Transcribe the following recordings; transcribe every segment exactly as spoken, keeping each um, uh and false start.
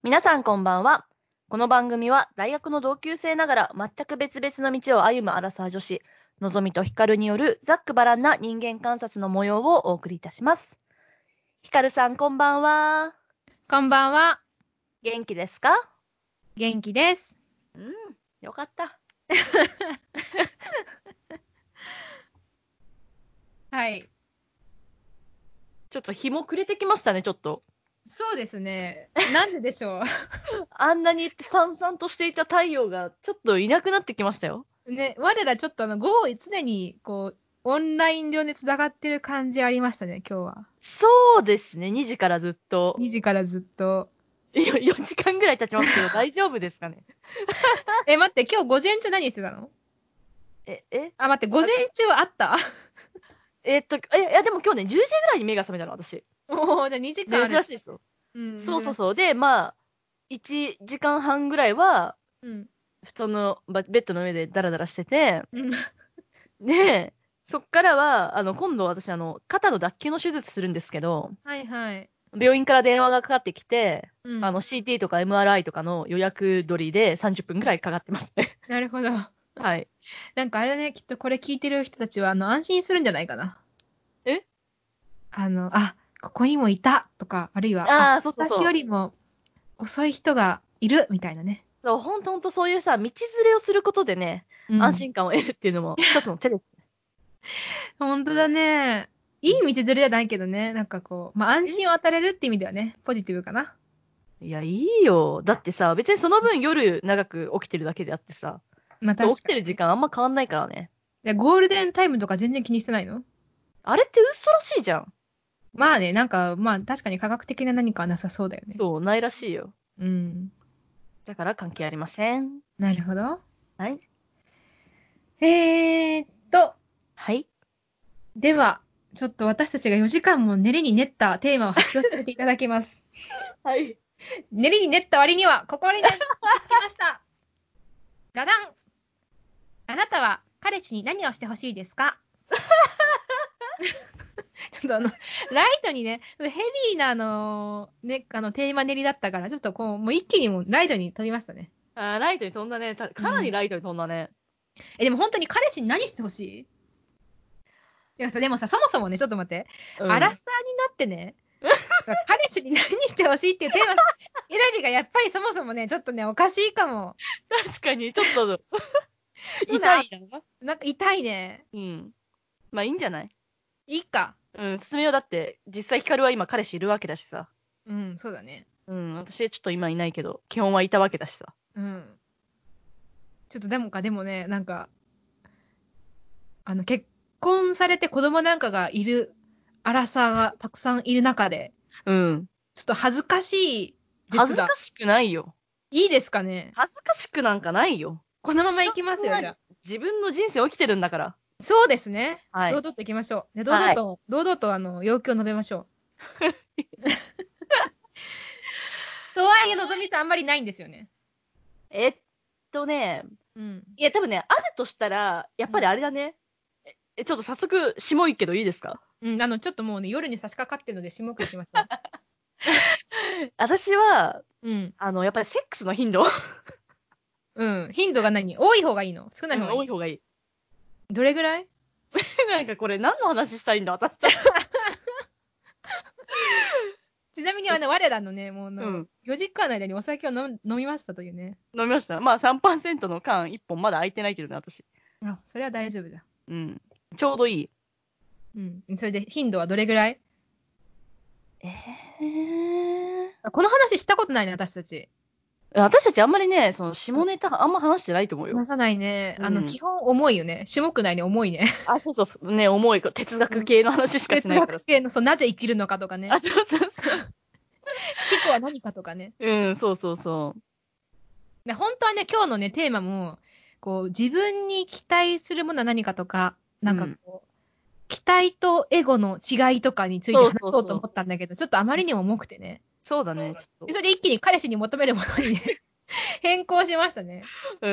皆さんこんばんは。この番組は大学の同級生ながら全く別々の道を歩むアラサー女子、のぞみとひかるによるざっくばらんな人間観察の模様をお送りいたします。ひかるさんこんばんは。 こんばんは。 元気ですか？ 元気です。 うん、よかった。 はい。 ちょっと日も暮れてきましたね、ちょっと。 そうですね。なんででしょあんなにさんさんとしていた太陽がちょっといなくなってきましたよ。 う。ね、我らちょっとあの、午後常にこう、オンライン上で繋がってる感じありましたね、今日は。 そうですね、にじからずっと。 にじからずっと。 よよじかんぐらい経ちますけど大丈夫ですかね。 え、待って、今日午前中何してたの？ え、えあ、待って、午前中はあったえーっと、え、いやでも今日ね、じゅうじぐらいに目が覚めたの、私。 おー、じゃあにじかんある。 珍しいですよ。 うん、 そうそうそう。で、まあ、いちじかんはんぐらいは、 うん。 布団の、ばベッドの上でダラダラしてて、 うん。 で、そっからは、あの、今度私、あの、肩の脱臼の手術するんですけど、 はいはい。 病院から電話がかかってきて、 うん。 あの、シーティー とか エムアールアイ とかの予約取りでさんじゅっぷんぐらいかかってますね。 なるほど。 はい。 なんかあれね、きっとこれ聞いてる人たちは、あの、安心するんじゃないかな。 えあの、あ、ここにもいたとか、あるいは、あ、 ああー、そうそう私そう。 よりも遅い人がいるみたいなね。 そう、ほんとほんとそういうさ、道連れをすることでね、 うん。 安心感を得るっていうのも一つの手です。 本当だね。いい道連れじゃないけどね。なんかこう、まあ安心を与えられるって意味ではね、ポジティブかな。 いや、いいよ。だってさ、別にその分夜長く起きてるだけであってさ、そう起きまあ確かに。 てる時間あんま変わんないからね。 でゴールデンタイムとか全然気にしてないの？ あれって嘘らしいじゃん。 まあね、なんか、まあ確かに科学的な何かはなさそうだよね。 そう、ないらしいよ。 うん。 だから関係ありません。 なるほど。 はい。 えーっと、 はい。 では、ちょっと私たちがよじかんも練りに練ったテーマを発表させていただきます。 はい。 練りに練った割には、ここにね、行ってきました。ガダン。あなたは彼氏に何をしてほしいですか？ちょっとあの、ライトにね、ヘビーなあの、ね、あの、テーマ練りだったから、ちょっとこう、もう一気にもうライトに飛びましたね。 あー、ライトに飛んだね。たかなりライトに飛んだね。 え、でも本当に彼氏に何してほしい？いやさ、でもさ、そもそもね、ちょっと待って。 うん。 アラサーになってね、彼氏に何してほしいっていうテーマ選びがやっぱりそもそもね、ちょっとね、おかしいかも。 確かに、ちょっと、 そうだ痛いな。 なんか痛いね。 うん。まあいいんじゃない？ いいか。 うん、進めよう。だって、実際ヒカルは今彼氏いるわけだしさ。 うん、そうだね。 うん、私ちょっと今いないけど、基本はいたわけだしさ。 うん。ちょっとでもか、でもね、なんか、あの、結婚されて子供なんかがいるアラサーがたくさんいる中で、 うん。 ちょっと恥ずかしいですが、 恥ずかしくないよ。 いいですかね？ 恥ずかしくなんかないよ。 このまま行きますよ、じゃあ。 自分の人生起きてるんだから。 そうですね。 はい。 堂々と行きましょう。で堂々と、堂々と、あの、要求を述べましょう。とはいえ、のぞみさんあんまりないんですよね。 えっとね、 うん。 いや、多分ね、あるとしたら、やっぱりあれだね。え、ちょっと早速、下いけどいいですか？ うん、あの、ちょっともうね、夜に差し掛かってるので、下く行きましょう。 私は、 うん。 あの、やっぱりセックスの頻度、 うん。頻度が何？多い方がいいの？少なうん、 い方がいい？ 多い方がいい。 どれぐらい？ なんかこれ何の話したいんだ、私たち。 ちなみにあの、我らのね、もうあの、 うん。 よじかんの間にお酒を飲み飲みましたというね。 飲みました。まあさんパーセントの缶いっぽんまだ空いてないけどね、私。 あ、それは大丈夫だ。 うん。ちょうどいい。 うん。それで頻度はどれぐらい？ えー、 あこの話したことないね、私たち。 私たちあんまりね、その下ネタあんま話してないと思うよ。 話さないね。あの、 うん基本重いよね。下くないね、重いね。 あ、そうそう、ね、重い、哲学系の話しかし哲ないから。 学系の、そう、なぜ生きるのかとかね。 あ、そうそうそう。 死とは何かとかね。 うん、そうそうそう。 で本当はね、今日のね、テーマも、こう、自分に期待するものは何かとか、なんかこう、期待とエゴの違いとかについて話そうと思ったんだけど、ちょっとあまりにも重くてね。 そうだね、ちょっでそれで一気に彼氏に求めるものにね、変更しましたね。 と。うん。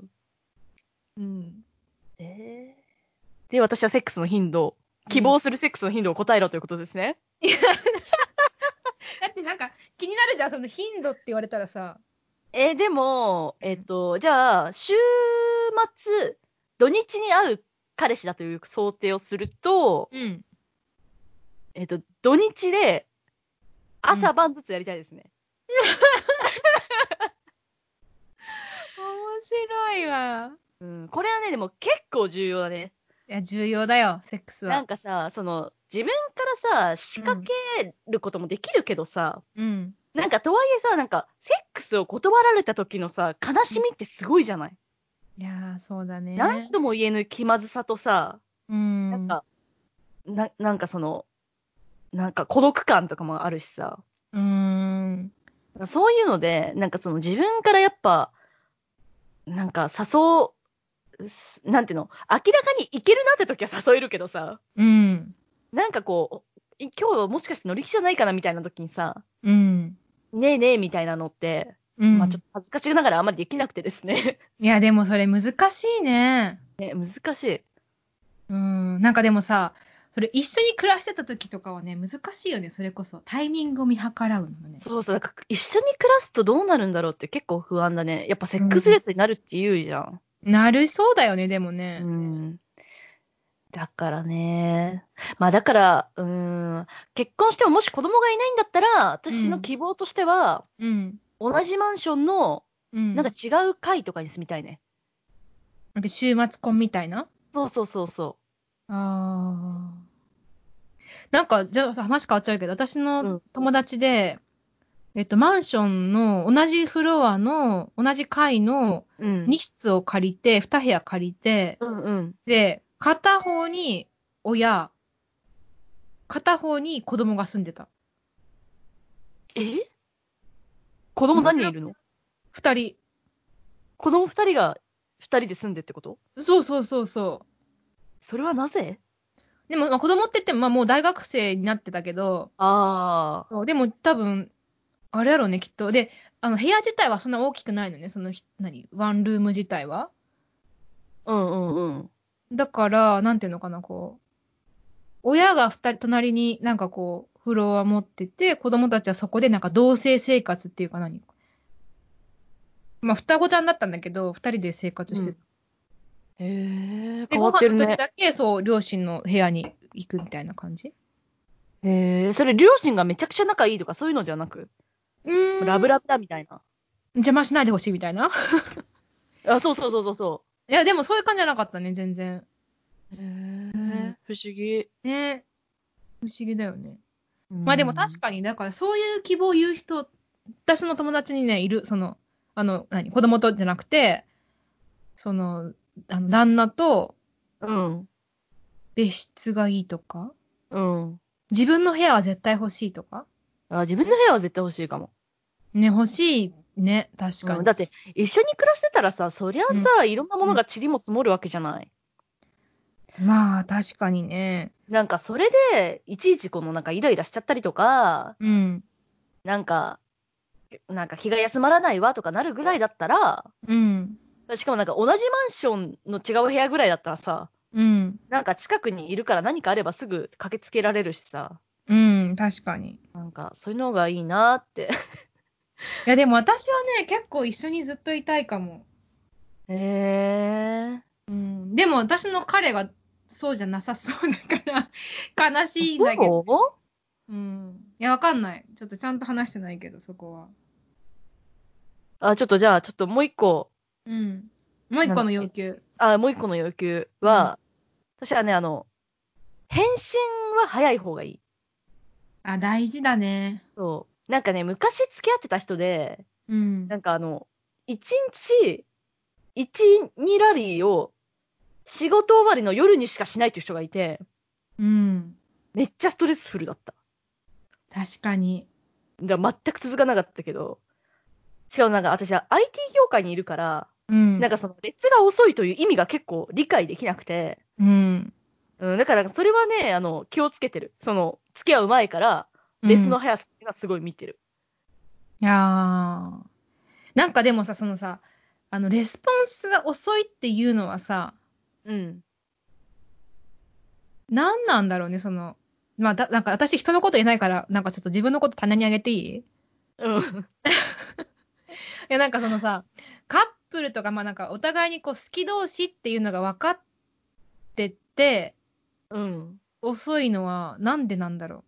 うん。 えー、で、私はセックスの頻度、希望するセックスの頻度を答えろということですね。 だってってなんか気になるじゃん、その頻度って言われたらさ。 えーでも、えっと、じゃあ、週末、土日に会う彼氏だという想定をすると、 うん。 えっと、土日で朝晩ずつやりたいですね。 面白いわ。 うん、これはね、でも結構重要だね。 いや、重要だよ、セックスなは。 んかさ、その、自分からさ、仕掛けることもできるけどさ、 うん。 なんかとはいえさ、なんか、セックスを断られた時のさ、悲しみってすごいじゃない？ いやー、そうだね。 なんとも言えぬ気まずさとさ、 うん。 なんか、な、なんかその、なんか孤独感とかもあるしさ、 うーん。 そういうので、なんかその自分からやっぱ、なんか誘う、すなんていうの、明らかにいけるなって時は誘えるけどさ、 うん。 なんかこう、い今日はもしかして乗り気じゃないかなみたいな時にさ、 うん。 ねえねえみたいなのって、 うんまあちょっと恥ずかしながらあまりできなくてですね。 いや、でもそれ難しいね。 ね、難しい。 うん。なんかでもさ、それ一緒に暮らしてた時とかはね、難しいよね、それこそ。タイミングを見計らうのね。 そうそう、だから一緒に暮らすとどうなるんだろうって結構不安だね。やっぱセックスうんレスになるって言うじゃん。 なるそうだよね、でもうね。 ん。だからね。まあだから、うーん、結婚してももし子供がいないんだったら、私のうん。 希望としては、 うん。 同じマンションの、なんかうん。 違う階とかに住みたいね。 で、週末婚みたいな。 そうそうそうそああ。なんか、じゃあさ話変わっちゃうけど、私う。 のうん。 友達で、えっと、マンションの同じフロアの同じ階のうん。 に室を借りて、に部屋借りて、 うんうん。 で、片方に親、片方に子供が住んでた。 え子供面白い。 何人いるの？ 二人。 子供二人が二人で住んでってこと？ そうそうそうそそれはなぜ？ う。でも、まあ、子供って言っても、まあ、もう大学生になってたけど、 ああそうでも多分、あれやろうね、きっと。で、あの、部屋自体はそんな大きくないのね、そのひ、何、ワンルーム自体は。 ー。うんうんうん。 だから、なんていうのかな、こう、親が二人、隣になんかこう、フロア持ってて、子供たちはそこでなんか同棲生活っていうか何まあ、双子ちゃんだったんだけど、二人で生活してうん。へえ、 で、 変ご飯の時わってるね。 だけ、そう、両親の部屋に行くみたいな感じへえ、それ両親がめちゃくちゃ仲いいとかそういうのではなく、 うーん。 ラブラブだみたいな。 邪魔しないでほしいみたいな。 あ、そうそうそうそうそいや、でもそういう感じじゃなかったね、全然。 う。へうん。 え、不思議。 ね不思議だよね。 うまあでも確ん。 かに、だからそういう希望を言う人、私の友達にね、いる、その、あの、何、子供とじゃなくて、その、あの旦那とうん。 別室がいいとか、 うん。 自分の部屋は絶対欲しいとか。 あ、自分の部屋は絶対欲しいかも。 ね、欲しいね、確かうん。 に。 だって、一緒に暮らしてたらさ、そりゃうん。 さ、いろんなもうんのが塵も積もるわけじゃない。 まあ、確かにね。 なんか、それで、いちいちこの、なんか、イライラしちゃったりとか、 うん。 なんか、なんか気が休まらないわとかなるぐらいだったら、 うん。 しかもなんか同じマンションの違う部屋ぐらいだったらさ、 うん。 なんか近くにいるから何かあればすぐ駆けつけられるしさ、 うん。確かに。いなんかそういうのがいいなって。 や、でも私はね、結構一緒にずっといたいかも。 へえうん。でも私の彼がそうじゃなさそうだから悲ー。 しいんだけど。 そうん。いや、わかんない。ちょっとちゃんと話してないけど、そこは。 う？あ、ちょっとじゃあ、ちょっともう一個、 うん。もう一個のなんだっけ。 要求。 あ、もう一個の要求うん。 は、私はね、あの、返信は早い方がいい。 あ、大事だね。 そう。なんかね、昔付き合ってた人で、 うん。 なんかあの、一日、一、二ラリーを仕事終わりの夜にしかしないという人がいて、 うん。 めっちゃストレスフルだった。 確かに。 だから全く続かなかったけど、しかもなんか私は アイティー 業界にいるから、 うん。 なんかその列が遅いという意味が結構理解できなくて、 うん。 うん、だからそれはね、あの、気をつけてる。その、付き合う前から、レスうん。 の速さっていうのはすごい見てる。 いやー。なんかでもさ、そのさ、あの、レスポンスが遅いっていうのはさ、 うん。 何なんだろうね、その、 まあ、だ、なんか私人のこと言えないから、なんかちょっと自分のこと棚にあげていい？いうん。 や、なんかそのさ、カップルとか、まあなんかお互いにこう好き同士っていうのが分かってて、 うん。 遅いのはなんでなんだろ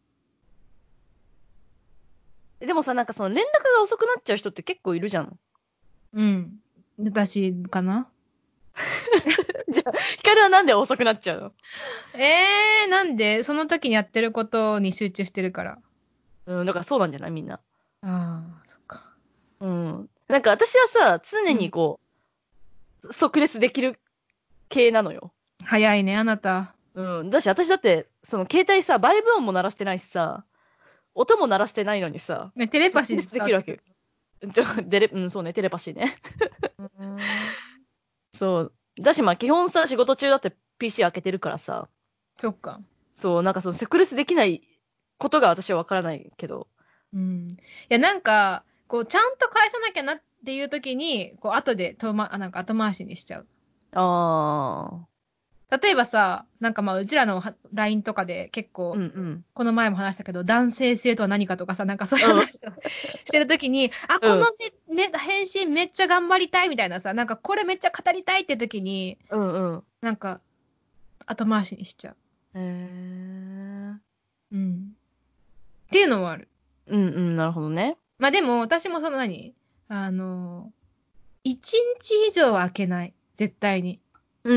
でもさ、なんかその連絡が遅くなっちゃう人って結構いるじゃん。 う。うん。私かな。 じゃあ、ヒカルはなんで遅くなっちゃうの？ えー、なんでその時にやってることに集中してるから。 うん、だからそうなんじゃないみんな。 ああ、そっか。 うん。なんか私はさ、常うん。 にこう、即レスできる系なのよ。 早いね、あなた。 うん。だし、私だって、その携帯さ、バイブ音も鳴らしてないしさ、音も鳴らしてないのにさ、 ね、テレパシーで即レスで伝わってくる。 きるわけよ。ちょデレ、うん、そうね、テレパシーね。 うーん。 そう。だし、まあ基本さ、仕事中だって ピーシー 開けてるからさ、 そっか。 そう、なんかその即レスできないことが私はわからないけど。 うん。いや、なんか、こう、ちゃんと返さなきゃなっていう時に、こう、後で遠ま、あなんか後回しにしちゃう。 ああ、 例えばさ、なんかまあ、うちらのは ライン とかで結構、 うんうん。 この前も話したけど、男性性とは何かとかさ、なんかそういううん、 話をしてるときに、あ、このうん、 ね、ね、返信めっちゃ頑張りたいみたいなさ、なんかこれめっちゃ語りたいって時に、 うん、うん。 なんか後回しにしちゃう。 へえ。 うん。っていうのもある。 うんうん、なるほどね。 まあでも、私もその何あの、一日以上は開けない。絶対に。 うん。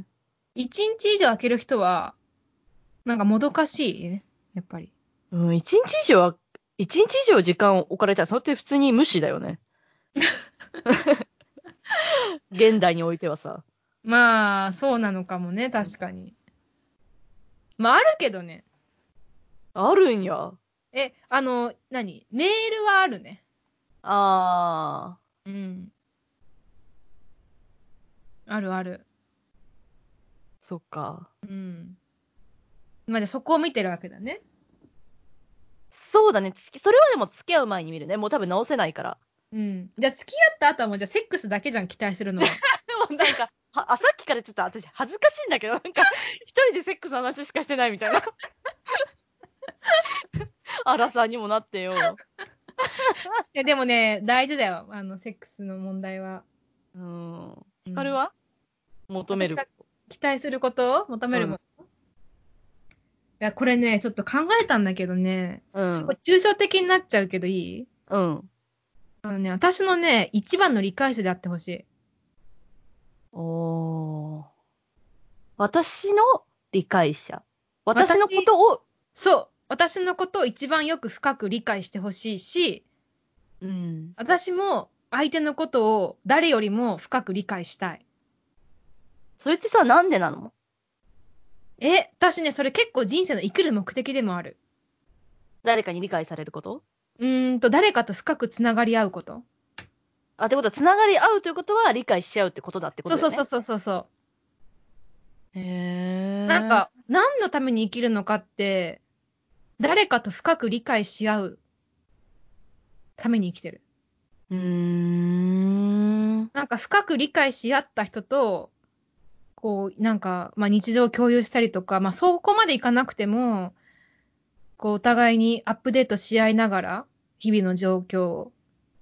一日以上開ける人は、なんかもどかしいね。やっぱり。 うん、一日以上は、一日以上時間を置かれたら、それって普通に無視だよね。現代においてはさ。 まあ、そうなのかもね、確かに。まあ、あるけどね。 あるんや。 え、あの、何メールはあるね。 ああ、 うん。あるある。 そっか。 うん。まあ、じゃあそこを見てるわけだね。 そうだね。つきそれはでも付き合う前に見るね。もう多分直せないから。 うん。じゃあ付き合った後はもうじゃあセックスだけじゃん、期待するのは。 でもなんか、は、あ、さっきからちょっと私恥ずかしいんだけど、なんか、一人でセックスの話しかしてないみたいな。アラサーにもなってよ。 いや、でもね、大事だよ。あの、セックスの問題は。 うん。 うん。 ヒカルは求めるこ私が期待することを求と。 めるもの。 うん。 いや、これね、ちょっと考えたんだけどね、すごいうん。 抽象的になっちゃうけどいい？ うん。 あのね、私のね、一番の理解者であってほしい。 おー。私の理解者。私のこ私、 とを、 そう、私のことを一番よく深く理解してほしいし、 うん。 私も相手のことを誰よりも深く理解したい。 それってさ、なんでなの？ え、私ね、それ結構人生の生きる目的でもある。 誰かに理解されること？ うーんと、誰かと深くつながり合うこと。 あ、ってことは、つながり合うということは理解しちゃうってことだってことだよね。 そうそうそうそうそうそう。 へー。 なんか、何のために生きるのかって、誰かと深く理解し合うために生きてる。 うーん。 なんか深く理解し合った人と、こう、なんか、まあ日常を共有したりとか、まあそこまでいかなくても、こう、お互いにアップデートし合いながら、日々の状況を、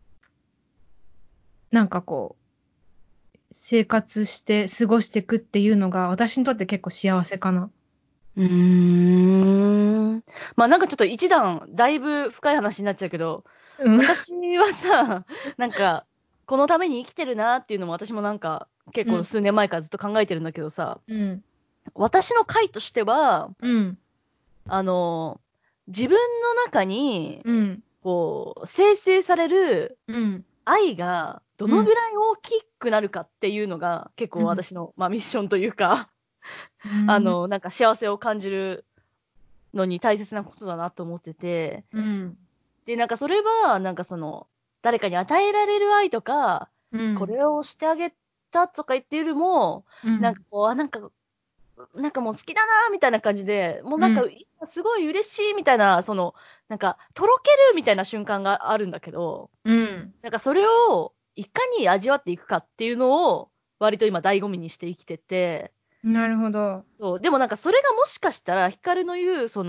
なんかこう、生活して過ごしていくっていうのが、私にとって結構幸せかな。 うーん。まあなんかちょっと一段、だいぶ深い話になっちゃうけど、 うん。 私はさ、なんか、このために生きてるなっていうのも私もなんか、結うん。 構数年前からずっと考えてるんだけどさ、 うん。 私の回としては、 うん。 あの、自分の中に、 うん。 こう、生成されるうん。 愛がどうん。 のぐらい大きくなるかっていうのが結構うん。 私の、まあ、ミッションというか、 うん。 あの、なんか幸せを感じるのに大切なことだなと思ってて、 うん。 で、なんかそれは、なんかその、誰かに与えられる愛とか、こうん。 れをしてあげたとか言っていうよりも、 うん。 なんかこう、あ、なんか、なんかもう好きだなみたいな感じで、もうなんか、 うん。 すごい嬉しいみたいな、その、なんか、とろけるみたいな瞬間があるんだけど、 うん。 なんかそれをいかに味わっていくかっていうのを、割と今醍醐味にして生きてて、 なるほど。 そう、でもなんかそれがもしかしたら、ヒカルの言う、その、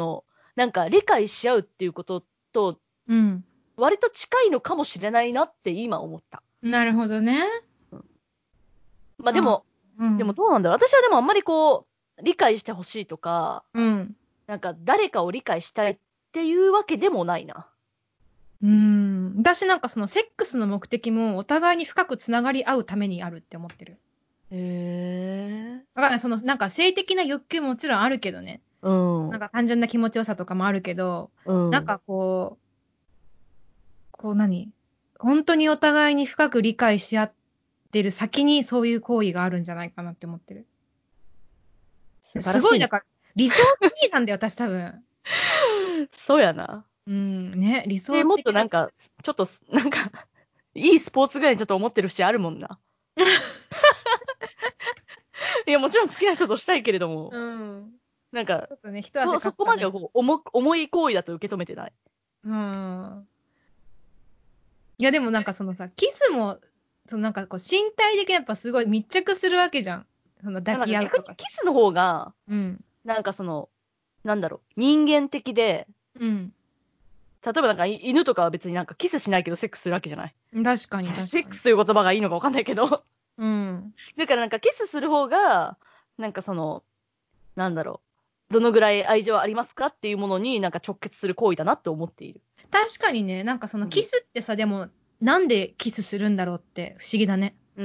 なんか理解し合うっていうことと、 うん。 割と近いのかもしれないなって今思った。 なるほどね。 まあでも、 うん。 でもどうなんだろう。私はでもあんまりこう、理解してほしいとか、 うん。 なんか誰かを理解したいっていうわけでもないな。 うん。私なんかそのセックスの目的もお互いに深くつながり合うためにあるって思ってる。 へえ。 だからそのなんか性的な欲求ももちろんあるけどね。 うん。 なんか単純な気持ちよさとかもあるけど、 うん。 なんかこう、こう何本当にお互いに深く理解し合ってる先にそういう行為があるんじゃないかなって思ってる。 素晴らしいね。 すごい、だから理想的なんだよ、私多分。 そうやな。 うん、ね、理で、もっ想的だ。 となんか、ちょっと、なんかいいスポーツぐらいにちょっと思ってる節あるもんな。いや、もちろん好きな人としたいけれども、 うん。 なんか、 ちょっとね、一汗そ、 かくかな。 そこまでこう重く、重い行為だと受け止めてない。 うん。いや、でもなんかそのさ、キスも、そのなんかこう、身体的にやっぱすごい密着するわけじゃん。その抱なんか逆にき合うとか。 キスの方が、 うん。 なんかその、なんだろう、人間的で、 うん。 例えばなんかい犬とかは別になんかキスしないけどセックスするわけじゃない。 確かにセッ確かに。 クスという言葉がいいのかわかんないけど。 うん。 だからなんかキスする方が、なんかその、なんだろう、どのぐらい愛情ありますかっていうものになんか直結する行為だなって思っている。 確かにね、なんかそのうん。 キスってさ、でも、なんでキスするんだろうって不思議だね。 うん。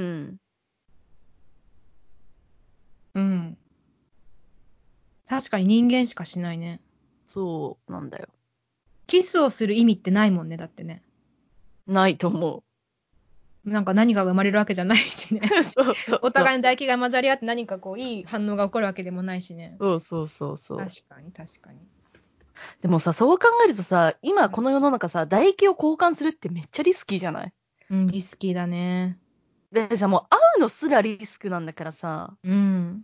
うん。確かに人間しかしないね。 そうなんだよ。 キスをする意味ってないもんね、だってね。 ないと思う。 なんか何かが生まれるわけじゃないしね。 そうそうおそう。 互いの唾液が混ざり合って何かこう、いい反応が起こるわけでもないしね。 そうそうそうそう。 確かに、確かに。 でもさ、そう考えるとさ、今この世の中さ、唾液を交換するってめっちゃリスキーじゃない？ うん、リスキーだね。 でさ、もう会うのすらリスクなんだからさ、 うん。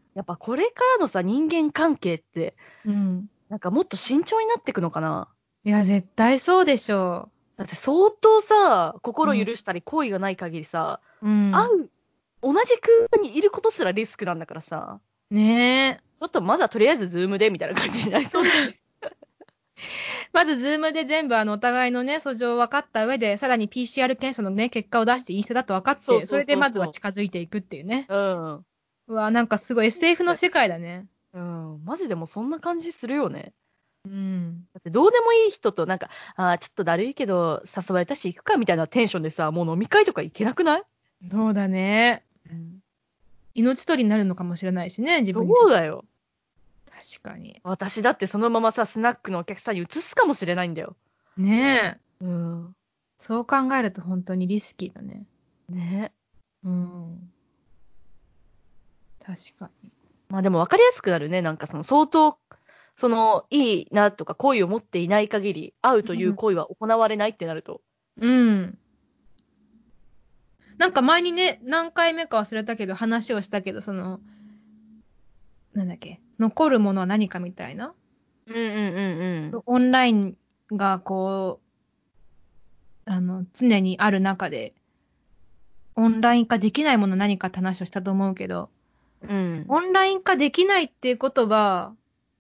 やっぱこれからのさ、人間関係って、 うん。 なんかもっと慎重になっていくのかな。 いや、絶対そうでしょだって相当さ、 う。うん。 心許したり好意がない限りさ、 うん。 会う、同じ空間にいることすらリスクなんだからさ、 ねえ。 ちょっとまずはとりあえずズームでみたいな感じになりそうだよね。 まず、ズームで全部、あの、お互いのね、訴状を分かった上で、さらに ピーシーアール 検査のね、結果を出して陰性だと分かって、そそうそうれでまずはそうそ近づいていくっていうね。 う。うん。 うわ、なんかすごい エスエフ の世界だね。 うん。マジでもそんな感じするよね。 うん。 だってどうでもいい人となんか、ああ、ちょっとだるいけど誘われたし行くかみたいなテンションでさ、もう飲み会とか行けなくない？ そうだね。 うん。 命取りになるのかもしれないしね、自そ分にとって。 うだよ。 確かに。 私だってそのままさ、スナックのお客さんに移すかもしれないんだよ。 ねえ。 うん。 そう考えると本当にリスキーだね。 ね。 うん。確かに。 まあでも分かりやすくなるね。なんかその相当、そのいいなとか好意を持っていない限り、会うという行為は行われないってなると。 うん。なんか前にね、何回目か忘れたけど、話をしたけど、その、なんだっけ、残るものは何かみたいな。 うんうんうんうん。 オンラインがこう、あの、常にある中で、オンライン化できないもの何かって話をしたと思うけど、 うん。 オンライン化できないっていうことは、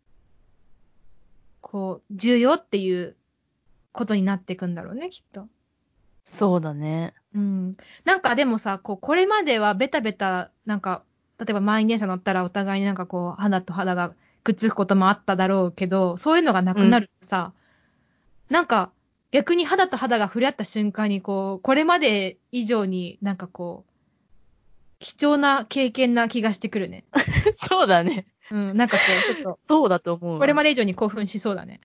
こう、重要っていうことになっていくんだろうね、きっと。 そうだね。 うん。なんかでもさ、こう、これまではベタベタ、なんか、例えば満員電車乗ったらお互いになんかこう、肌と肌がくっつくこともあっただろうけど、そういうのがなくなるとさ、なんか、逆に肌と肌が触れ合った瞬間に、こう、これまで以上になんかこう、貴重な経験な気がしてくるね。 そうだね。 うん、なんかこう、ちょっと、 そうだと思うわ。 これまで以上に興奮しそうだね。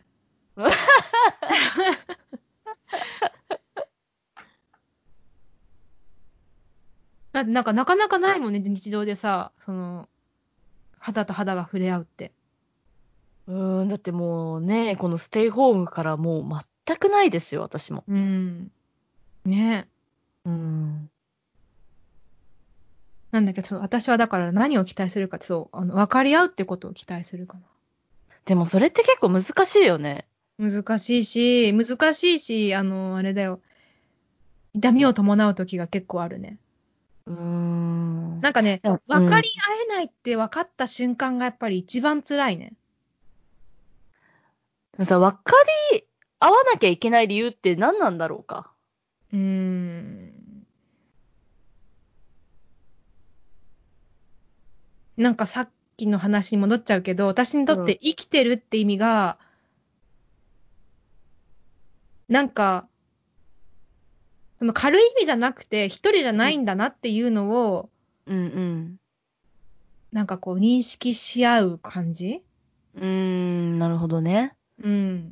だってなんかなかなかないもんね、日常でさ、その、肌と肌が触れ合うって。 うーん、だってもうね、このステイホームからもう全くないですよ、私も。 うん。ねえ。 うん。 なんだけど、そう私はだから何を期待するかって、そう、あの、分かり合うってことを期待するかでもそれって結構難しいよね。 な。難しいし、難しいし、あの、あれだよ。痛みを伴う時が結構あるね。 うーん。 なんかね、 でもう分かりん。 合えないって分かった瞬間がやっぱり一番辛いね。 もさ、分かり合わなきゃいけない理由って何なんだろうか。 うーん。なんかさっきの話に戻っちゃうけど、私にとっうん。 て生きてるって意味が、なんか、その軽い意味じゃなくて、一人じゃないんだなっていうのを、 うんうん。 なんかこう認識し合う感じ。 うーん、なるほどね。 うん。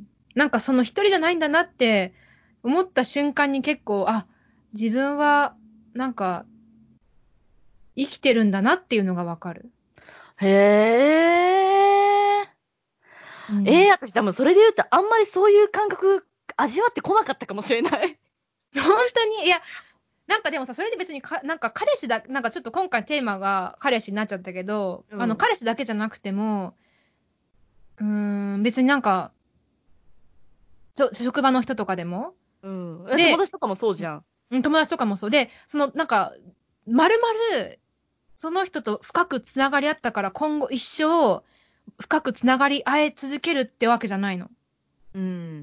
なんかその一人じゃないんだなって思った瞬間に結構、あ、自分はなんか生きてるんだなっていうのがわかる。 へえ。えー、 うん。 私多分それで言うとあんまりそういう感覚味わってこなかったかもしれない。 本当に、いや、なんかでもさ、それで別にか、なんか彼氏だ、なんかちょっと今回テーマが彼氏になっちゃったけど、あの、 うん。 彼氏だけじゃなくても、うーん、別になんか、ちょ、職場の人とかでも、 うん。え友で、 達とかもそうじゃん。 うん友達とかもそうで、その、なんか、まるまる、その人と深くつながり合ったから今後一生深くつながり合え続けるってわけじゃないの。 うん。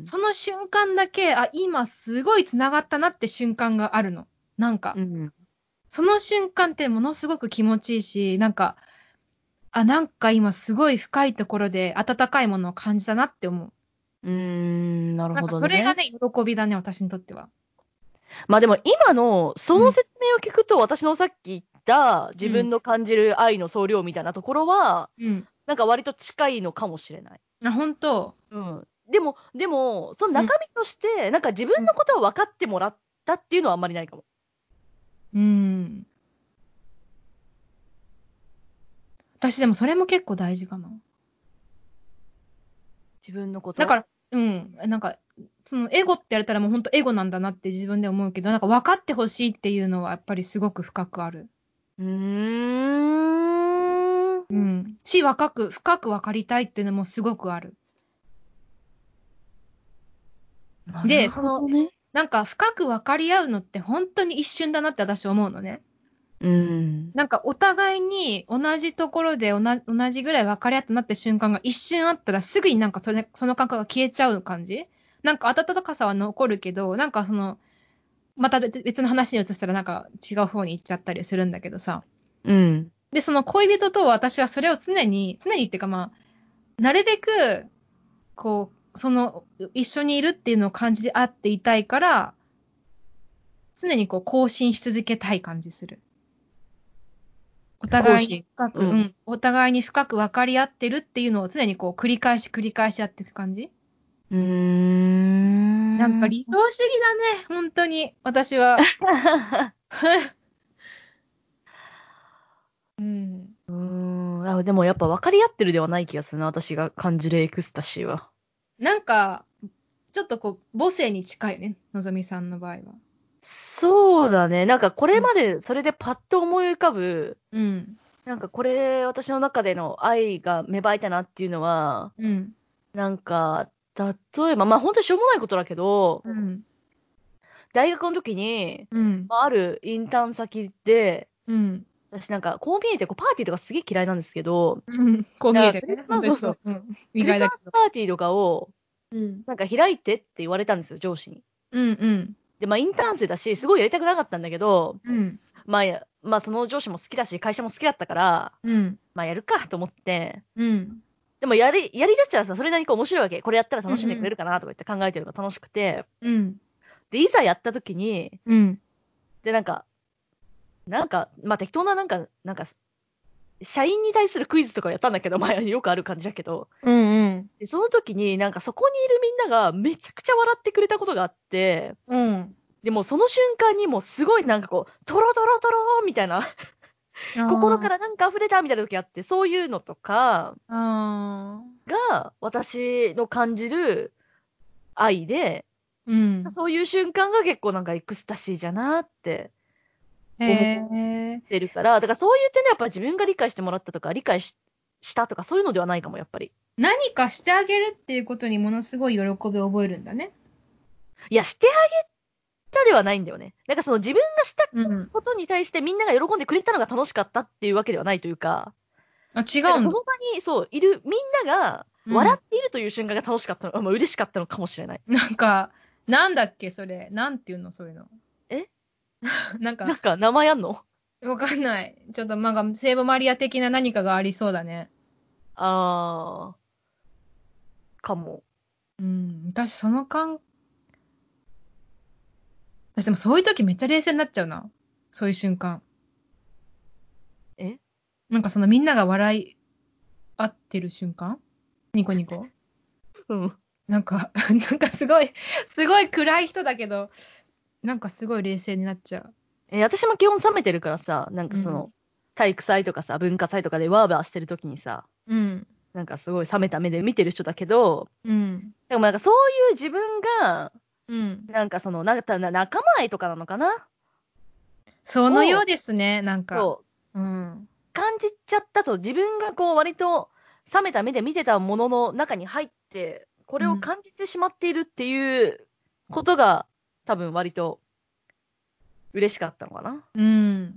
その瞬間だけ、あ、今すごいつながったなって瞬間があるの。なんか、 うん。 その瞬間ってものすごく気持ちいいし、なんか、あ、なんか今すごい深いところで温かいものを感じたなって思う。 うーん、なるなんかほどね。 それがね、喜びだね、私にとっては。 まあでも今のそうん。 の説明を聞くと私のさっき言った自うん。 分の感じる愛の総量みたいなところはうん。 なんか割と近いのかもしれない。 あ、本当。 うん。でも、でも、そのうん。 中身として、なんか自分うん。 のことを分かってもらったっていうのはあんまりないかも。 うん。私でもそれも結構大事かな。 自分のこと。 だから、うん。なんか、そのエゴってやれたらもう本当エゴなんだなって自分で思うけど、なんか分かってほしいっていうのはやっぱりすごく深くある。 うーん。 うん。し、若く、深く分かりたいっていうのもすごくある。で、 なるその、 ほどね。 なんか深く分かり合うのって本当に一瞬だなって私思うのね。 うん。 なんかお互いに同じところでおな同じぐらい分かり合ったなって瞬間が一瞬あったらすぐになんかそれ、その感覚が消えちゃう感じ。なんか温かさは残るけど、なんかその、また別別の話に移したらなんか違う方に行っちゃったりするんだけどさ。 うん。 で、その恋人と私はそれを常に、常にっていうかまあ、なるべく、こう、その、一緒にいるっていうのを感じてあっていたいから、常にこう更新し続けたい感じする。お互いに更新。 深く、 うん。 うん、お互いに深く分かり合ってるっていうのを常にこう繰り返し繰り返しやっていく感じ。 うーん。 なんか理想主義だね、本当に、私は。うん。 うーん。あ、でもやっぱ分かり合ってるではない気がするな、私が感じるエクスタシーは。 なんか、ちょっとこう、母性に近いよね、のぞみさんの場合は。 そうだね。なんかこれうん。 までそれでパッと思い浮かぶ、 うん。 なんかこれ私の中での愛が芽生えたなっていうのは、 うん。 なんか、例えば、まあ本当にしょうもないことだけど、 うん。 大学の時に、 うん。 まあ、あるインターン先で、 うん。 私なんかこう見えてこうパーティーとかすげえ嫌いなんですけど、 うん。こう見えてね。 なんかクリスマス、そうそう、 私も、うん。意クリスマ外だけど。 スパーティーとかをうん。 なんか開いてって言われたんですよ、上司に。 うん。うん。 で、まあインターン生だし、すごいやりたくなかったんだけど、 うん。 まあ、やまあその上司も好きだし、会社も好きだったから、 うん。 まあやるかと思って、 うん。 でもやり、やりだっちゃうさ、それなりにこう面白いわけ。これやったらうん。 楽しんでくれるかなとか言って考えてるのが楽しくて。 うん。 で、いざやった時に、 うん。 で、なんか、なんか、まあ適当ななんか、なんか、社員に対するクイズとかやったんだけど、まあよくある感じだけど、 うん。うん。 でその時になんかそこにいるみんながめちゃくちゃ笑ってくれたことがあって、 うん。 でもその瞬間にもうすごいなんかこう、トロトロトローみたいな、心かあらなんか溢れたみたいな時あって、そういうのとかあ。ああ。 が私の感じる愛で、 うん。 そういう瞬間が結構なんかエクスタシーじゃなってへ思っえ。 てるから、だからそういう点でやっぱ自分が理解してもらったとか、理解し、したとかそういうのではないかも、やっぱり。 何かしてあげるっていうことにものすごい喜びを覚えるんだね。 いや、してあげたではないんだよね。なんかその自分がしたうん。 ことに対してみんなが喜んでくれたのが楽しかったっていうわけではないというか、 あ、違うんだ。 なんかその場にそう、いるみんなが、 うん笑っているという瞬間が楽しかったの、まあ、嬉しかったのかもしれない。 なんか、なんだっけ、それ。なんていうの、そういうの。 えなんか、 なんか名前あんの？ わかんない。ちょっとなんか、聖母マリア的な何かがありそうだね。 あー、かも。 うん。私、その感、私でもそういう時めっちゃ冷静になっちゃうな。そういう瞬間。 えなんかそのみんなが笑い合ってる瞬間ニコニコ。 うん。 なんか、なんかすごい、すごい暗い人だけど、なんかすごい冷静になっちゃう。 え、私も基本冷めてるからさ、なんかその、 うん。 体育祭とかさ、文化祭とかでワーワーしてる時にさ、 うん。 なんかすごい冷めた目で見てる人だけど、 うん。 でもなんかそういう自分が、 うん。 なんかその、なんかな仲間愛とかなのかなそのよを、 うですね、なんか。 そう、 うん。 感じちゃったと、自分がこう割と冷めた目で見てたものの中に入って、これをうん。 感じてしまっているっていうことが、多分割と嬉しかったのかな。 うん。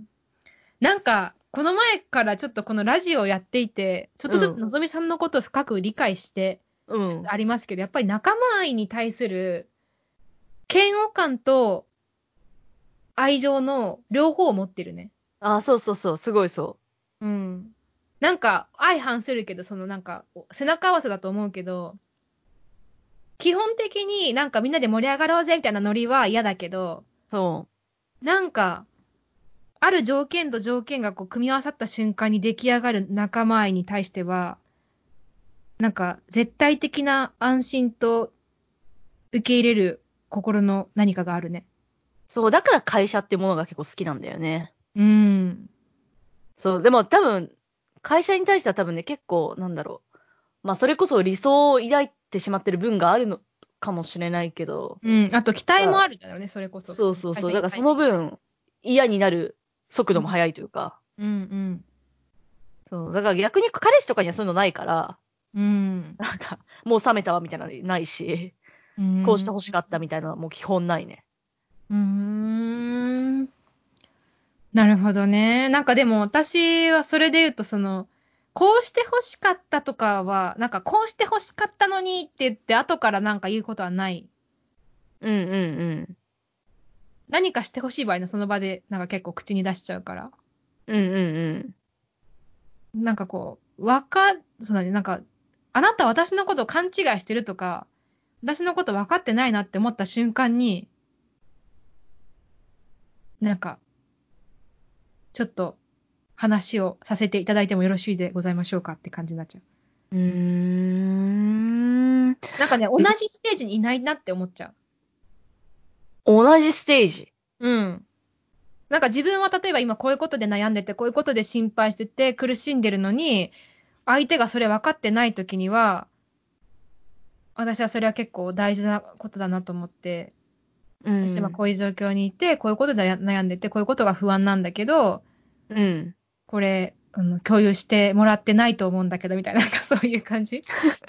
なんか、この前からちょっとこのラジオをやっていて、ちょっとずつうん。 のぞみさんのことを深く理解して、ちょっとうん。 ありますけど、やっぱり仲間愛に対する嫌悪感と愛情の両方を持ってるね。 あ、そうそうそう、すごいそうん。なんか、相反するけど、そのなんか、背中合わせだと思うけど、基本的になんかみんなで盛り上がろうぜみたいなノリは嫌だけど、 う。そなんか、ある条件と条件がこう組み合わさった瞬間に出来上がる仲間愛に対しては、なんか絶対的な安心と受け入れる心の何かがあるね。 う。そう、だから会社ってものが結構好きなんだよね。 うん。 そう、でも多分、会社に対しては多分ね、結構、なんだろう。まあ、それこそ理想を抱いてしまってる分があるのかもしれないけど、 うん。あと期待もまああるんだよね、それこそ。会そうそうそう。だからそ社に対して。 の分、嫌になる速度も速いというか、 うんうんそう。だから逆に彼氏とかにはそういうのないから、 うん。 なんか、もう冷めたわみたいなのないし、 うん。 こうして欲しかったみたいなのはもう基本ないね。 うーん。なるほどね。なんかでも私はそれで言うと、その、こうして欲しかったとかは、なんかこうして欲しかったのにって言って後からなんか言うことはない。 うんうんうん。 何かして欲しい場合のその場でなんか結構口に出しちゃうから。 うんうんなんかこう、わか、そうだね、なんか、あなた私のことを勘違いしてるとか、私のこと分かってないなって思った瞬間に、なんか、ちょっと話をさせていただいてもよろしいでございましょうかって感じになっちゃう。 うん。うーん。 なんかね、同じステージにいないなって思っちゃ同じステージ。 う。うん。なんか自分は例えば今こういうことで悩んでて、こういうことで心配してて苦しんでるのに、相手がそれ分かってない時には、私はそれは結構大事なことだなと思って、 うん。 私はこういう状況にいて、こういうことで悩んでて、こういうことが不安なんだけど、 うん。 これ、あの、共有してもらってないと思うんだけど、みたいな、なんかそういう感じ。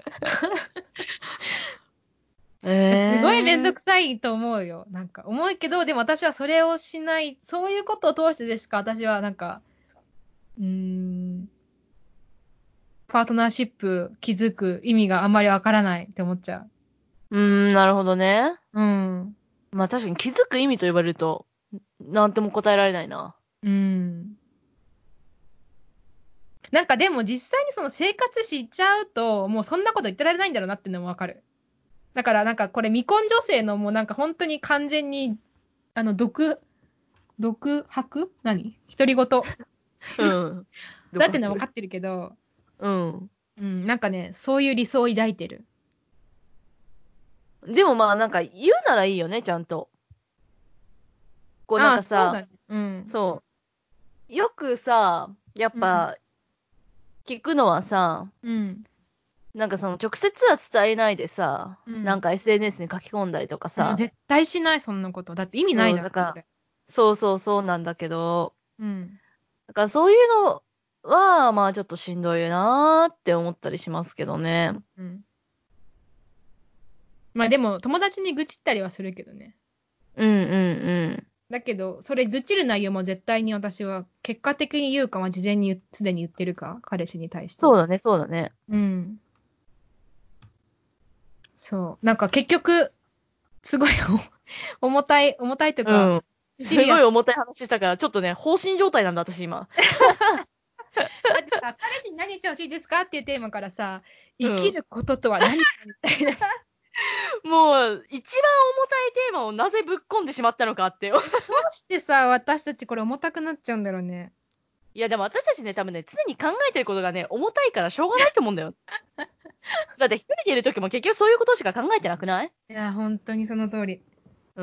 すごいめんどええくさいと思うよ。なんか、重いけど、でも私はそれをしない、そういうことを通してでしか私はなんか、うーん、パートナーシップ築く意味があんまりわからないって思っちゃうーん、なるほどね。 う。うん。 まあ確かに気づく意味と言われると、なんとも答えられないな。 うん。なんかでも実際にその生活しちゃうと、もうそんなこと言ってられないんだろうなっていうのもわかる。だからなんかこれ未婚女性のもうなんか本当に完全に、あの、独、独白何独り言うん。 だってのは分か独白。 ってるけど、 うん。 うん、なんかね、そういう理想を抱いてる。 でもまあなんか言うならいいよね、ちゃんと。こうなんああ、 かさ、 そうだね。うん。 そう。よくさ、やっうん。 ぱ聞くのはさ、 うん。 なんかその直接は伝えないでさ、 うん。 なんか エスエヌエス に書き込んだりとかうん、 さ、 絶対しない、そんなこと。だって意味ないそう、 じゃん、 だから、 それ。 そうそうそうなんだけど、 うん。 だからそういうのは、まあちょっとしんどいなーって思ったりしますけどね。 うん。まあでも、友達に愚痴ったりはするけどね。 うんうんうん。 だけど、それ愚痴る内容も絶対に私は、結果的に言うかは事前に言すでに言ってるか、彼氏に対して。 そうだね、そうだね。 うん。 そう。なんか結局、すごい重たい、重たいといううか、 ん。すごい重たい話したから、ちょっとね、放心状態なんだ、私今。 だってさ、彼氏に何してほしいですかっていうテーマからさ、 うん生きることとは何かみたいな。 もう、一番重たいテーマをなぜぶっ込んでしまったのかって。 どうしてさ、私たちこれ重たくなっちゃうんだろうね。 いや、でも私たちね、多分ね、常に考えてることがね、重たいからしょうがないと思うんだよ。だって一人でいるときも結局そういうことしか考えてなくない？ いや、本当にその通り。 うん。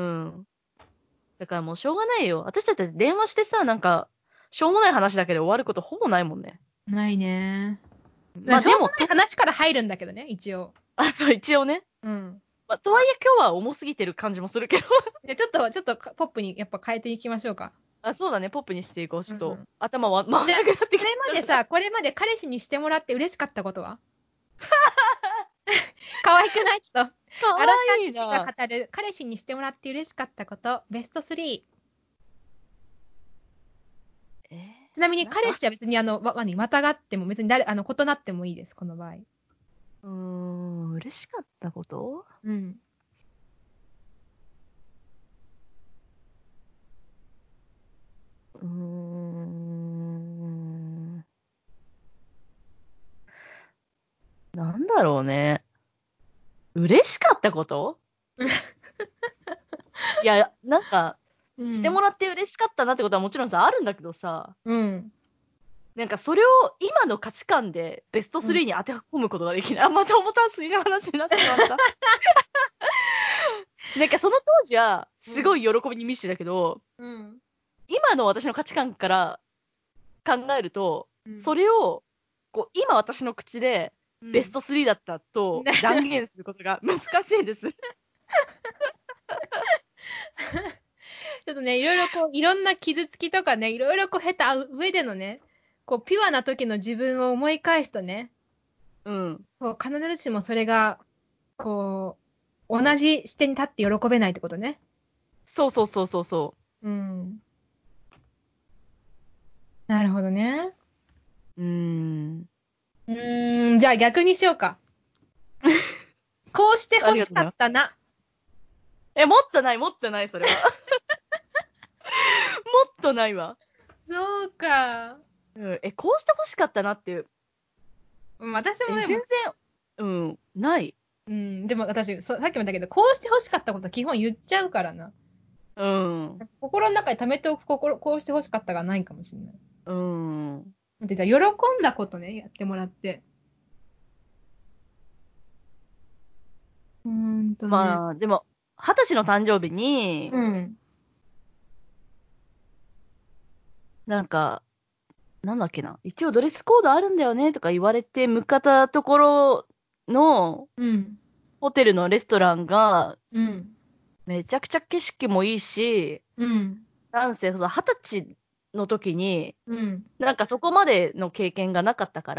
だからもうしょうがないよ。私たち電話してさ、なんか、しょうもない話だけで終わることほぼないもんね。 ないね。 まあでも、 しょうもない話から入るんだけどね、一応。 あ、そう、一応ね。 うん。 まあ、とはいえ今日は重すぎてる感じもするけど。 でちょっと、ちょっとポップにやっぱ変えていきましょうか。 あ、そうだね、ポップにしていこう。ちょっと、 うんうん、 頭は回らなくじゃあ、 なってきた。 これまでさ、これまで彼氏にしてもらって嬉しかったことは可愛くない？ちょっと。 かわアラいいサー女子な。 が語る彼氏にしてもらって嬉しかったこと、ベストスリー。 えーちなみに彼氏は別にあの、わ、わに、またがっても別に誰、あの、異なってもいいです、この場合。 うーん、嬉しかったこと？ うん。 うーん。なんだろうね。嬉しかったこといや、なんか、 うんしてもらって嬉しかったなってことはもちろんさ、あるんだけどさ、 うん。 なんかそれを今の価値観でベストスリーに当て込むことができない。あ、また重たすぎる話になってしまった。なんかその当時は、すごい喜びに満ちてたけど、 うん。 今の私の価値観から考えると、 うんそれを、こう、今私の口で、ベストスリーだったと断言することが難しいです。 ちょっとね、いろいろこう、いろんな傷つきとかね、いろいろこう、経た上でのね、こう、ピュアな時の自分を思い返すとね、 うん。 こう、必ずしもそれが、こう、同じ視点に立って喜べないってことね。 そうそうそうそうそうん。なるほどね。 う。うーん。 うーん、じゃあ逆にしようか。こうして欲しかったな。 え、もっとない、もっとない、それは。もっとないわ。 そうか。 うん、え、こうして欲しかったなっていう。 うん私え、全もでも、 然、うん、ない。 うん、でも私、そさっきも言ったけど、こうして欲しかったこと基本言っちゃうからな。 うん。 心の中に溜めておく心、こうして欲しかったがないかもしれない。 うん。 で、じゃあ、喜んだことね、やってもらって。うーんとね。 まあ、でも、二十歳の誕生日に、 うん。 なんか、なんだっけな、一応ドレスコードあるんだよねとか言われて向かったところのうん。 ホテルのレストランがうん。 めちゃくちゃ景色もいいし、 うん。 なんせ、その二十歳の時に、 うん。 なんかそこまでの経験がなかったから、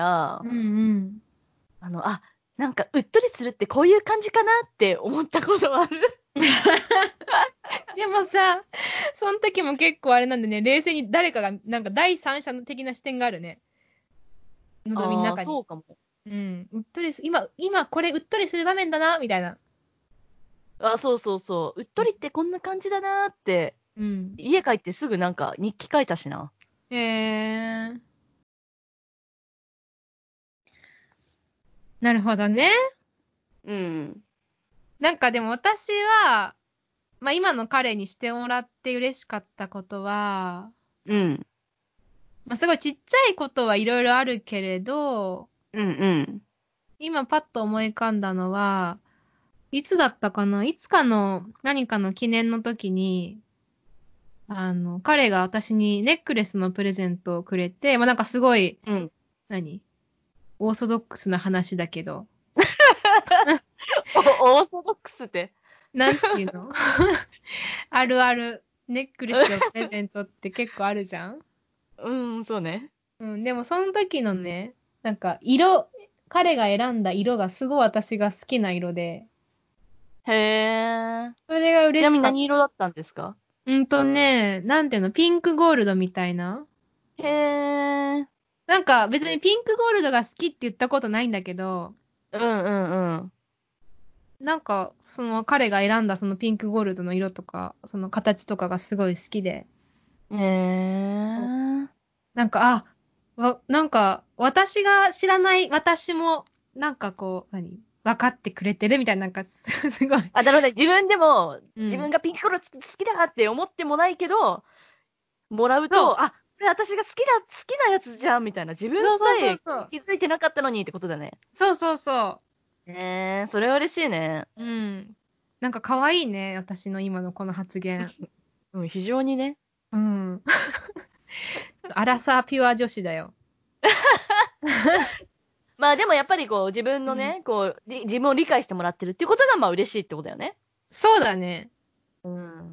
うん。うん。 あの、あ、なんかうっとりするってこういう感じかなって思ったことはある。 でもさ、その時も結構あれなんでね、冷静に誰かが、なんか第三者の的な視点があるね。のぞみのああ、 中に。 そうかも。 うん。うっとりす、今、今これうっとりする場面だな、みたいな。 あ、そうそうそう。うっとりってこんな感じだなーって、 うん。 家帰ってすぐなんか日記書いたしな。 へえ。なるほどね。 うん。 なんかでも私は、まあ今の彼にしてもらって嬉しかったことは、 うん。 まあすごいちっちゃいことはいろいろあるけれど、 うんうん。 今パッと思い浮かんだのは、いつだったかないつかの何かの記念の時に、あの、彼が私にネックレスのプレゼントをくれて、まあなんかすごい、 うん。 何オーソドックスな話だけど、 お、オーソドックスって。 なんていうのあるある、ネックレスのプレゼントって結構あるじゃん。 うん、そうね。 うん、でもその時のね、なんか色、彼が選んだ色がすごい私が好きな色で、 へえ。 それがちなみに嬉しかった。 何色だったんですか？ うんとね、なんていうの、ピンクゴールドみたいな。 へえ。 なんか別にピンクゴールドが好きって言ったことないんだけど、 うんうんうん。 なんか、その彼が選んだそのピンクゴールドの色とか、その形とかがすごい好きで。 へー。 なんか、あ、わ、なんか、私が知らない私も、なんかこう、何分かってくれてるみたいな、なんか、すすごい。 あ、なるほどね。自分でも、 うん自分がピンクゴールド好きだって思ってもないけど、もらうそうと、あ、これ私が好きだ、好きなやつじゃんみたいな。自分さそうそうそうえそう。 気づいてなかったのにってことだね。 そうそうそえー、それは嬉しいね。 う。うん。なんか可愛いね、私の今のこの発言。 うん、非常にね。 うん。アラサーピュア女子だよ。 まあでもやっぱりこう自分うん。 のね、こう、り自分を理解してもらってるっていうことがまあ嬉しいってことだよね。 そうだね。 うん。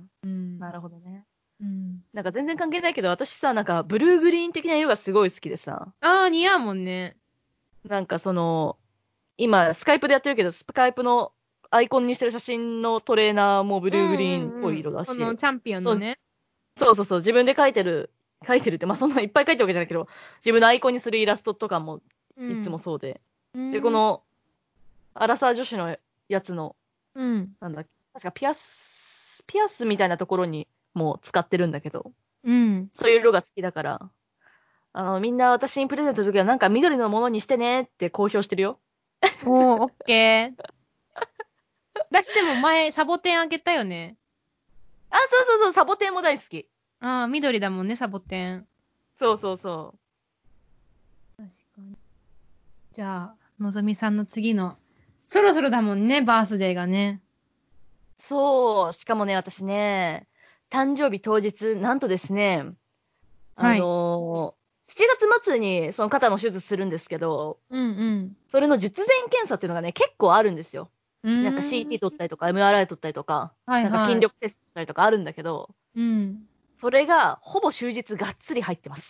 うん。 なるほどね。 うん。 なんか全然関係ないけど、私さ、なんかブルーグリーン的な色がすごい好きでさ、 ああ、似合うもんね。 なんかその、今、スカイプでやってるけど、スカイプのアイコンにしてる写真のトレーナーもブうんルーグリーンっぽいうんうん。この色だし、 チャンピオンそう、 のね。 そうそうそう、自分で描いてる、描いてるって、まあそんないっぱい描いてるわけじゃないけど、自分のアイコンにするイラストとかもいつもうん。 そうで。で、こうん。 のアラサー女子のやつの、 うん。 なんだっけ、確かピアス、ピアスみたいなところにも使ってるんだけど、 うん。 そういう色が好きだから、あの、みんな私にプレゼントするときはなんか緑のものにしてねって公表してるよ。 おー、オッケー。私でも前、サボテンあげたよね。 あ、そうそうそう、サボテンも大好き。 ああ、緑だもんね、サボテン。 そうそうそ確かに。じゃあ、のぞみさんの次の、そろそろだもんね、バースデーがね。 う。そう、しかもね、私ね、誕生日当日、なんとですね、あはい。 のーしちがつ末にその肩の手術するんですけど、 うんそれの術前検査っていうのがね、結構あるんですよ。 うん。 なんかうーシーティーん。 取ったりとか、エムアールアイ 取ったりとか、なんか筋はいはい。 力テストしたりとかあるんだけど、 うん。 それがほぼ終日がっつり入ってます。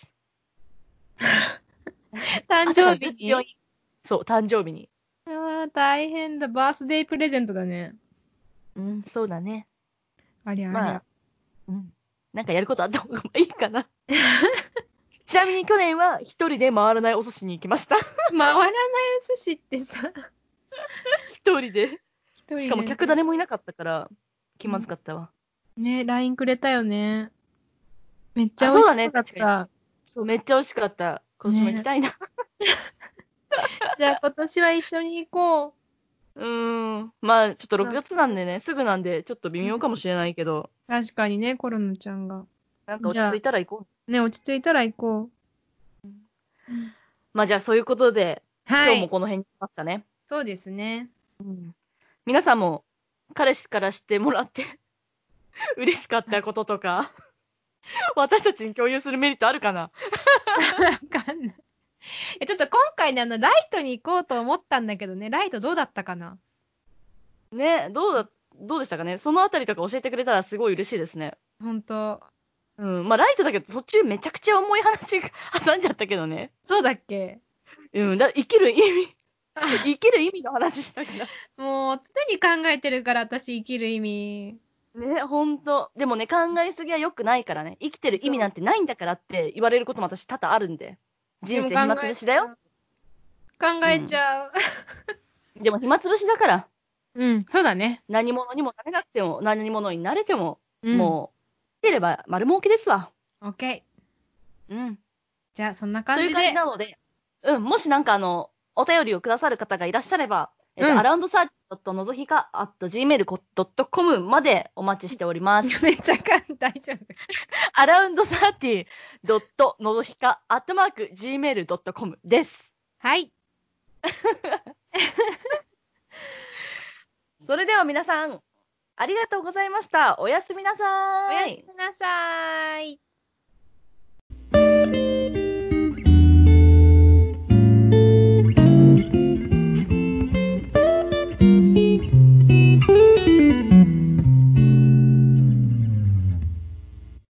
誕朝から生日にずっと病院。そう、誕生日に。 ああ、大変だ。バースデープレゼントだね。 うん、そうだね。 ありゃありゃ。 まあ、うん。なんかやることあった方がいいかな。ちなみに去年は一人で回らないお寿司に行きました。 回らないお寿司ってさ、 一人で。しかも一人でね。 客誰もいなかったから気まずかったわ。 ね、ライン くれたよね。めっちあ、 ゃ美そうだね。 味しそうだっ確かに。 た。 そう、めっちゃ美味しかった。今年も行きね。 たいな。 じゃあ今年は一緒に行こうーん。まあ、ちょっとう。 ろくがつなんでね、すぐなんで、ちょっと微うん妙かもしれないけど、 確かにね、コロナちゃんが。 なんか落ち着いじゃあ、 たら行こね、落ち着いたら行こう。うんう。まあ、じゃあそういうことで、今日もはい。 この辺にしますかね。 そうですね。 うん。皆さんも、彼氏から知ってもらって嬉しかったこととか、私たちに共有するメリットあるかな？ わかんない。え、ちょっと今回ね、あの、ライトに行こうと思ったんだけどね、ライトどうだったかな？ ね、どうだ、どうでしたかね。そのあたりとか教えてくれたらすごい嬉しいですね。 ほんと。 うん。まあ、ライトだけど途中めちゃくちゃ重い話挟んじゃったけどね。 そうだっけ？ うん。だ、生きる意味、生きる意味の話したから。 もう、常に考えてるから、私、生きる意味。 ね、ほんと。でもね、考えすぎは良くないからね。生きてる意味なんそてないんだからって言われることも私多々あるんで。 う。でも考人生暇つぶしだよ。 えちゃう。考えちうん。 ゃう。 でも暇つぶしだから、 うん、そうだね。 何者にもなれなくても、何者になれても、 うん。 もう、生きてれば丸儲けですわ。 オッケー。 うん。 じゃあ、そんなという感じ感じで。 なので、うん、もしなんかあの、お便りをくださる方がいらっしゃれば、えっと、 うん。 アラウンドサーチドットのぞひか アットジーメールドットコム までお待ちしております。 めっちゃかん、大丈夫。 アラウンドサーティドットのぞひか アットマーク ジーメールドットコム です。 はい。 それでは皆さん、ありがとうございました。おやすみなさおやーい。 すみなさーい。